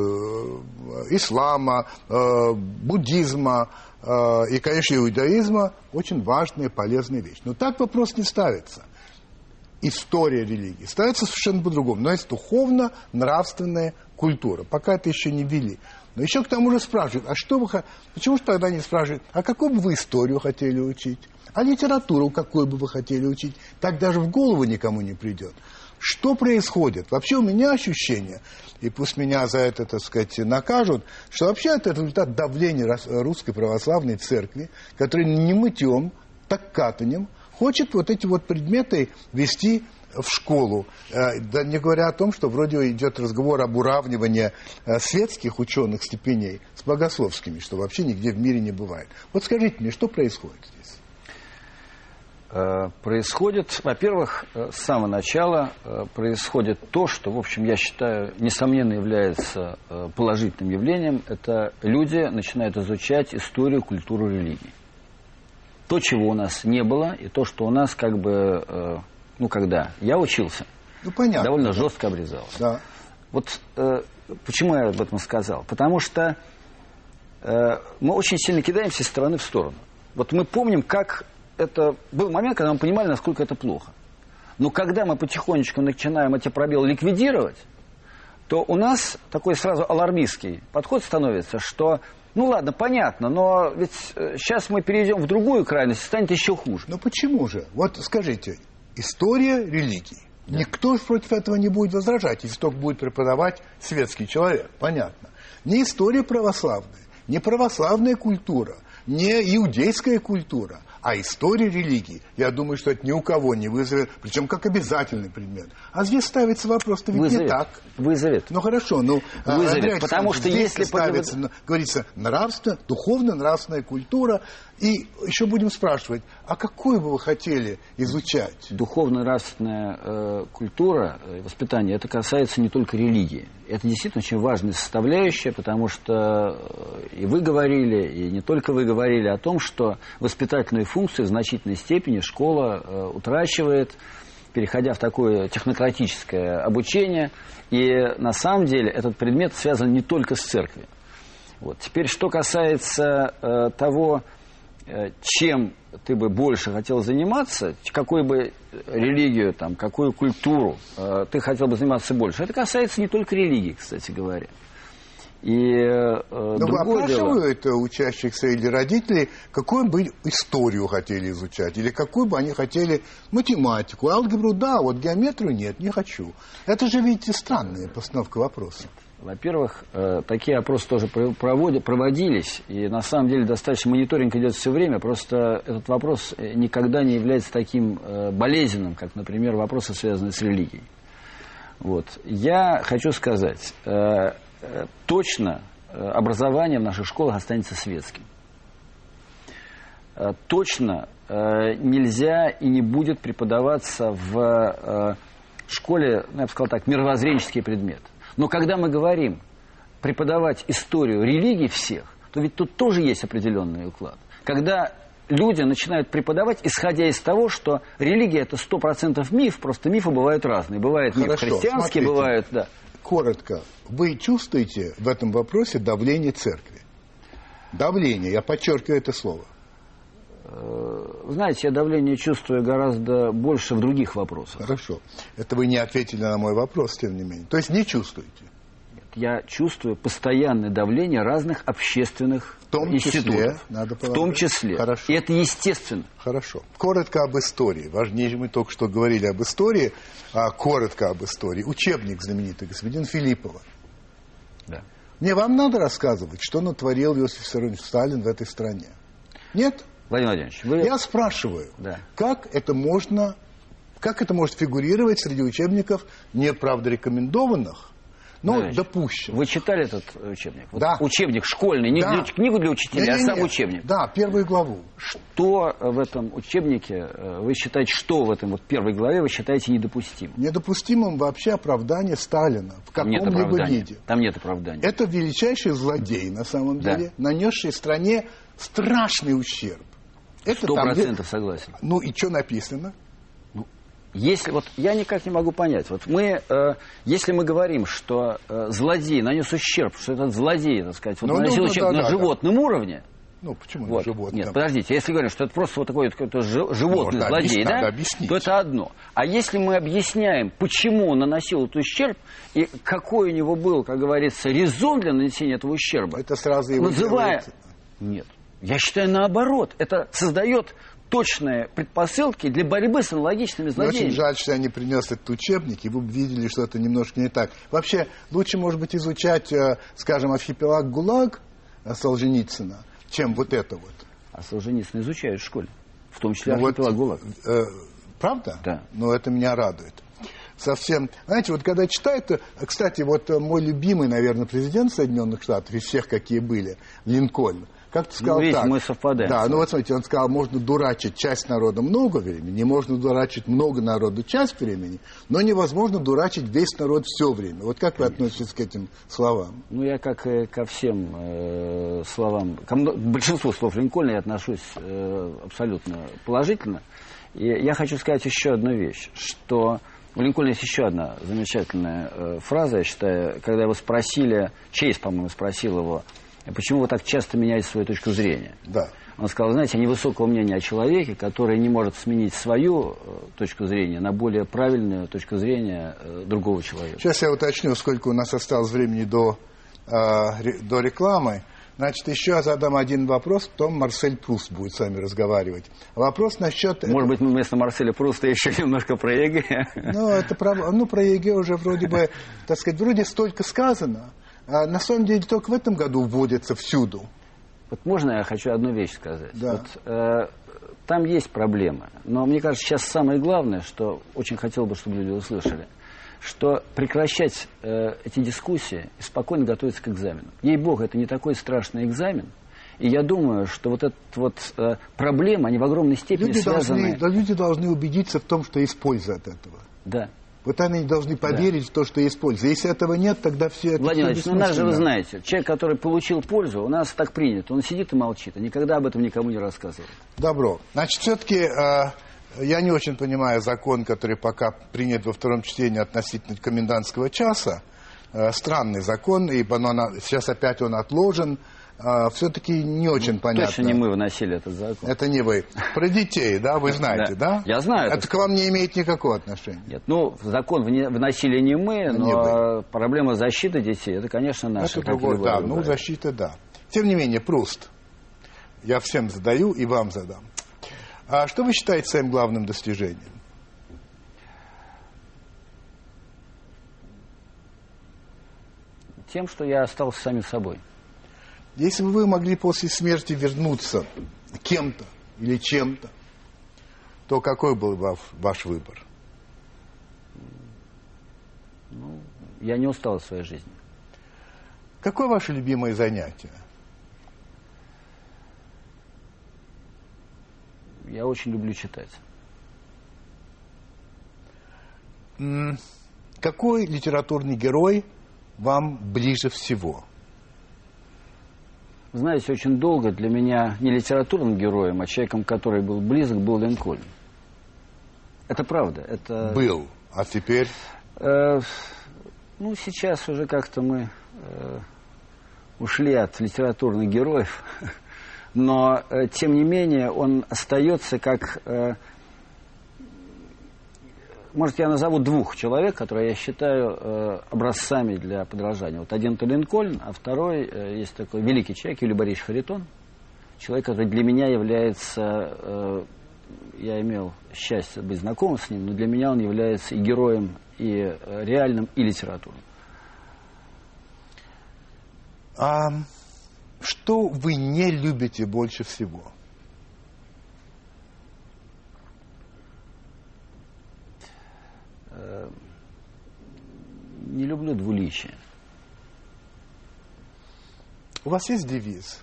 ислама, буддизма и, конечно, иудаизма, очень важная и полезная вещь. Но так вопрос не ставится. История религии ставится совершенно по-другому. Но есть духовно-нравственная культура. Пока это еще не ввели. Но еще к тому же спрашивают, а что вы, почему же тогда не спрашивают, а какую бы вы историю хотели учить? А литературу какую бы вы хотели учить? Так даже в голову никому не придет. Что происходит? Вообще у меня ощущение, и пусть меня за это, так сказать, накажут, что вообще это результат давления Русской Православной Церкви, которая не мытьем, так катанем хочет вот эти вот предметы вести в школу. Да не говоря о том, что вроде идет разговор об уравнивании светских ученых степеней с богословскими, что вообще нигде в мире не бывает. Вот скажите мне, что происходит здесь? Происходит, во-первых, с самого начала происходит то, что, в общем, я считаю, несомненно является положительным явлением. Это люди начинают изучать историю, культуру, религии. То, чего у нас не было, и то, что у нас как бы, ну, когда я учился, ну, понятно, довольно да. жестко обрезалось. Да. Вот почему я об этом сказал? Потому что мы очень сильно кидаемся из стороны в сторону. Вот мы помним, как... Это был момент, когда мы понимали, насколько это плохо. Но когда мы потихонечку начинаем эти пробелы ликвидировать, то у нас такой сразу алармистский подход становится, что, ну ладно, понятно, но ведь сейчас мы перейдем в другую крайность, станет еще хуже. Но почему же? Вот скажите, история религии. Да. Никто против этого не будет возражать, если только будет преподавать светский человек, понятно. Не история православная, не православная культура, не иудейская культура, а история религии, я думаю, что это ни у кого не вызовет, причем как обязательный предмет. А здесь ставится вопрос-то ведь вызовет. не так. Вызовет. Ну хорошо, ну... Вызовет, потому что если... ставится, говорится, нравственно, духовно-нравственная культура, И еще будем спрашивать, а какую бы вы хотели изучать? Духовно-нравственная э, культура, э, воспитание, это касается не только религии. Это действительно очень важная составляющая, потому что э, и вы говорили, и не только вы говорили о том, что воспитательные функции в значительной степени школа э, утрачивает, переходя в такое технократическое обучение. И на самом деле этот предмет связан не только с церковью. Вот. Теперь, что касается э, того, чем ты бы больше хотел заниматься, какой бы религию, там, какую культуру э, ты хотел бы заниматься больше. Это касается не только религии, кстати говоря. И э, Но вы опрашивают дело... учащихся или родителей, какую бы историю хотели изучать, или какую бы они хотели математику, алгебру, да, вот геометрию нет, не хочу. Это же, видите, странная постановка вопроса. Во-первых, такие опросы тоже проводились, и на самом деле достаточно мониторинг идет все время, просто этот вопрос никогда не является таким болезненным, как, например, вопросы, связанные с религией. Вот. Я хочу сказать, точно образование в наших школах останется светским. Точно нельзя и не будет преподаваться в школе, я бы сказал так, мировоззренческий предмет. Но когда мы говорим преподавать историю религий всех, то ведь тут тоже есть определенный уклад. Когда люди начинают преподавать, исходя из того, что религия – это сто процентов миф, просто мифы бывают разные. Бывает миф христианский, бывают… Да. Коротко, вы чувствуете в этом вопросе давление церкви? Давление, я подчеркиваю это слово. Знаете, я давление чувствую гораздо больше в других вопросах. Хорошо. Это вы не ответили на мой вопрос, тем не менее. То есть не чувствуете? Нет, я чувствую постоянное давление разных общественных в том институтов. Числе, надо в том числе. Хорошо. И это естественно. Хорошо. Коротко об истории. Важнее, мы только что говорили об истории, а коротко об истории. Учебник знаменитый, господин Филиппова. Да. Мне вам надо рассказывать, что натворил Иосиф Виссарионович Сталин в этой стране? Нет? Владимир Владимирович, вы... Я спрашиваю, да. как это можно, как это может фигурировать среди учебников, не правда рекомендованных, но Владимир допущенных? Вы читали этот учебник? Вот да. Учебник школьный, не да. для, книгу для учителей, не, а не, сам не. учебник. Да, первую главу. Что в этом учебнике, вы считаете, что в этом вот первой главе вы считаете недопустимым? Недопустимым вообще оправдание Сталина в каком-либо виде. Там нет оправдания. Это величайший злодей, на самом деле, да. нанесший стране страшный ущерб. Сто процентов согласен. Ну и что написано? Ну, если вот я никак не могу понять. Вот мы, э, если мы говорим, что э, злодей нанес ущерб, что этот злодей, так сказать, вот ну, наносил ну, ущерб да, на да, животном да. уровне. Ну почему вот. на животном? Нет, подождите, если говорим, что это просто вот такой вот животный Можно злодей, да, объяснить. то это одно. А если мы объясняем, почему он наносил этот ущерб и какой у него был, как говорится, резон для нанесения этого ущерба, это сразу его называя... делает... Нет. Я считаю, наоборот. Это создает точные предпосылки для борьбы с аналогичными злодеями. Очень жаль, что я не принес этот учебник, и вы бы видели, что это немножко не так. Вообще, лучше, может быть, изучать, скажем, архипелаг ГУЛАГ Солженицына, чем вот это вот. А Солженицына изучают в школе, в том числе ну, архипелаг вот, ГУЛАГ. Э, правда? Да. Но это меня радует. Совсем. Знаете, вот когда читают, кстати, вот мой любимый, наверное, президент Соединенных Штатов из всех, какие были, Линкольн, как-то сказал ну, видите, так. Мы совпадаем. Да, ну вот смотрите, он сказал, можно дурачить часть народа много времени, не можно дурачить много народу часть времени, но невозможно дурачить весь народ все время. Вот как вы относитесь к этим словам? Ну, я как э, ко всем э, словам, к большинству слов Линкольна я отношусь э, абсолютно положительно. И я хочу сказать еще одну вещь, что у Линкольна есть еще одна замечательная э, фраза, я считаю, когда его спросили, Чейз, по-моему, спросил его, почему вы так часто меняете свою точку зрения? Да. Он сказал, знаете, я невысокого мнения о человеке, который не может сменить свою э, точку зрения на более правильную точку зрения э, другого человека. Сейчас я уточню, сколько у нас осталось времени до, э, ре, до рекламы. Значит, еще я задам один вопрос, потом Марсель Пруст будет с вами разговаривать. Вопрос насчет... Может быть, мы вместо Марселя Пруста еще немножко про ЕГЭ? Ну, это про, ну, про ЕГЭ уже вроде бы, так сказать, вроде столько сказано. А на самом деле только в этом году вводится всюду. Вот можно я хочу одну вещь сказать? Да. Вот, э, там есть проблемы, но мне кажется, сейчас самое главное, что очень хотел бы, чтобы люди услышали, что прекращать э, эти дискуссии и спокойно готовиться к экзаменам. Ей-богу, это не такой страшный экзамен, И я думаю, что вот эта вот э, проблема, они в огромной степени люди связаны... Должны, да, люди должны убедиться в том, что есть польза от этого. Да. Вот они должны поверить да. в то, что есть польза. Если этого нет, тогда все... Владимир Владимирович, ну нас же вы знаете, человек, который получил пользу, у нас так принято, он сидит и молчит, и никогда об этом никому не рассказывает. Добро. Значит, все-таки э, я не очень понимаю закон, который пока принят во втором чтении относительно комендантского часа. Э, странный закон, ибо он, сейчас опять он отложен. Э, все-таки не очень ну, понятно. Точно не мы выносили этот закон. Это не вы. Про детей, да, вы знаете, да? Я знаю. Это к вам не имеет никакого отношения. Нет, ну, закон вносили не мы, но проблема защиты детей, это, конечно, наша. Это другое, да, ну, защита, да. Тем не менее, Пруст. Я всем задаю и вам задам. А что вы считаете своим главным достижением? Тем, что я остался самим собой. Если бы вы могли после смерти вернуться кем-то или чем-то, то какой был бы ваш выбор? Ну, я не устал от своей жизни. Какое ваше любимое занятие? Я очень люблю читать. Какой литературный герой вам ближе всего? Знаете, очень долго для меня не литературным героем, а человеком, который был близок, был Линкольн. Это правда. Это... Был, а теперь? Э, ну, сейчас уже как-то мы э, ушли от литературных героев, но, э, тем не менее, он остается как... Э, может, я назову двух человек, которые я считаю э, образцами для подражания. Вот один это Линкольн, а второй, э, есть такой великий человек, Юлий Борисович Харитон. Человек, который для меня является, э, я имел счастье быть знакомым с ним, но для меня он является и героем, и э, реальным, и литературным. А что вы не любите больше всего? Не люблю двуличие. У вас есть девиз?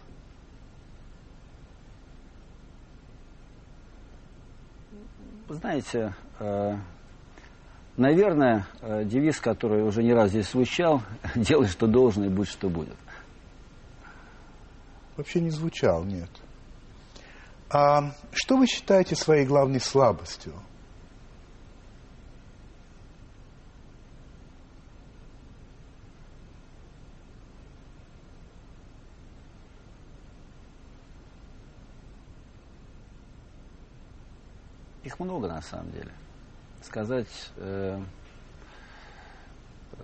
Знаете, э, наверное, э, девиз, который уже не раз здесь звучал, делай, что должно, и будь, что будет. Вообще не звучал, нет. А что вы считаете своей главной слабостью? Их много, на самом деле. Сказать... Э, э,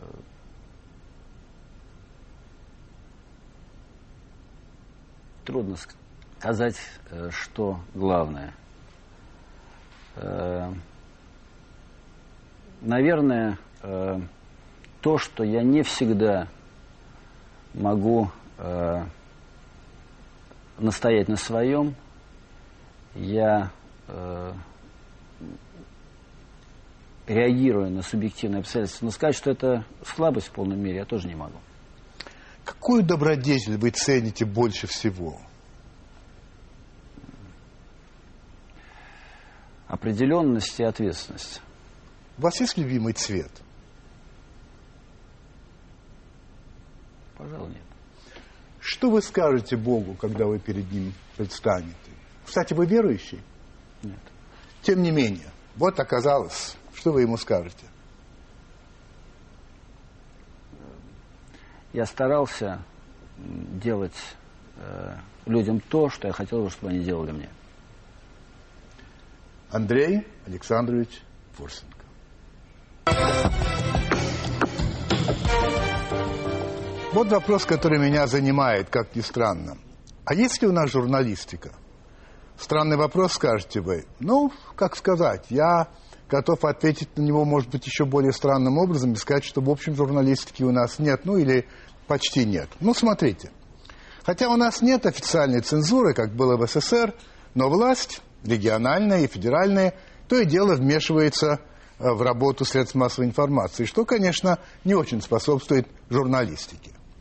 трудно сказать, э, что главное. Э, наверное, э, то, что я не всегда могу э, настоять на своем, я... Э, реагируя на субъективные обстоятельства, но сказать, что это слабость в полной мере, я тоже не могу. Какую добродетель вы цените больше всего? Определенность и ответственность. У вас есть любимый цвет? Пожалуй, нет. Что вы скажете Богу, когда вы перед Ним предстанете? Кстати, вы верующий? Нет. Тем не менее, вот оказалось, что вы Ему скажете? Я старался делать э, людям то, что я хотел бы, чтобы они делали мне. Андрей Александрович Фурсенко. Вот вопрос, который меня занимает, как ни странно. А есть ли у нас журналистика? Странный вопрос, скажете вы. Ну, как сказать, я готов ответить на него, может быть, еще более странным образом и сказать, что, в общем, журналистики у нас нет, ну, или почти нет. Ну, смотрите. Хотя у нас нет официальной цензуры, как было в СССР, но власть, региональная и федеральная, то и дело вмешивается в работу средств массовой информации, что, конечно, не очень способствует журналистике.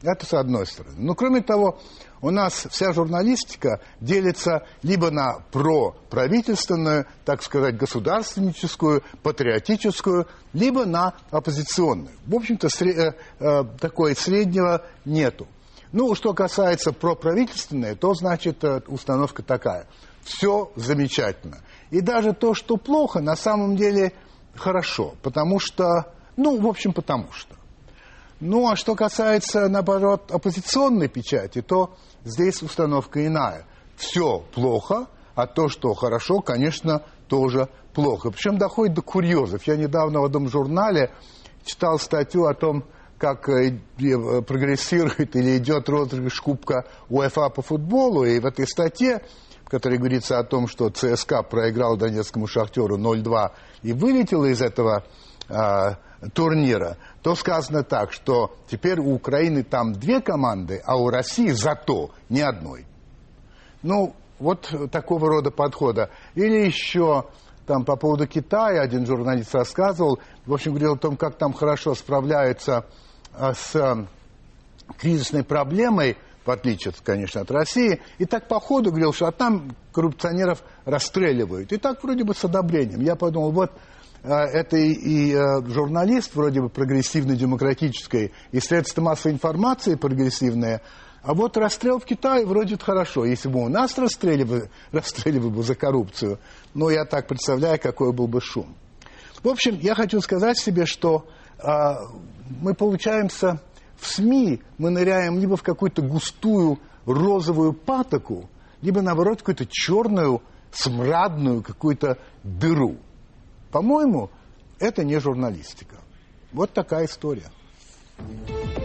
Это с одной стороны. Но кроме того, у нас вся журналистика делится либо на проправительственную, так сказать, государственническую, патриотическую, либо на оппозиционную. В общем-то, сре- э, такой среднего нету. Ну, что касается проправительственной, то, значит, установка такая. Все замечательно. И даже то, что плохо, на самом деле хорошо. Потому что, ну, в общем, потому что. Ну, а что касается, наоборот, оппозиционной печати, то здесь установка иная. Все плохо, а то, что хорошо, конечно, тоже плохо. Причем доходит до курьезов. Я недавно в одном журнале читал статью о том, как прогрессирует или идет розыгрыш Кубка УЕФА по футболу. И в этой статье, в которой говорится о том, что ЦСКА проиграл Донецкому Шахтеру ноль-два и вылетел из этого а, турнира, то сказано так, что теперь у Украины там две команды, а у России зато ни одной. Ну, вот такого рода подхода. Или еще там по поводу Китая один журналист рассказывал, в общем, говорил о том, как там хорошо справляются а, с а, кризисной проблемой, в отличие, конечно, от России. И так по ходу говорил, что а там коррупционеров расстреливают. И так вроде бы с одобрением. Я подумал, вот это и, и журналист вроде бы прогрессивно-демократической, и средства массовой информации прогрессивные, а вот расстрел в Китае вроде хорошо. Если бы у нас расстреливали, расстреливали бы за коррупцию, но я так представляю, какой был бы шум. В общем, я хочу сказать себе, что а, мы получаемся в СМИ, мы ныряем либо в какую-то густую розовую патоку, либо, наоборот, какую-то черную, смрадную какую-то дыру. По-моему, это не журналистика. Вот такая история.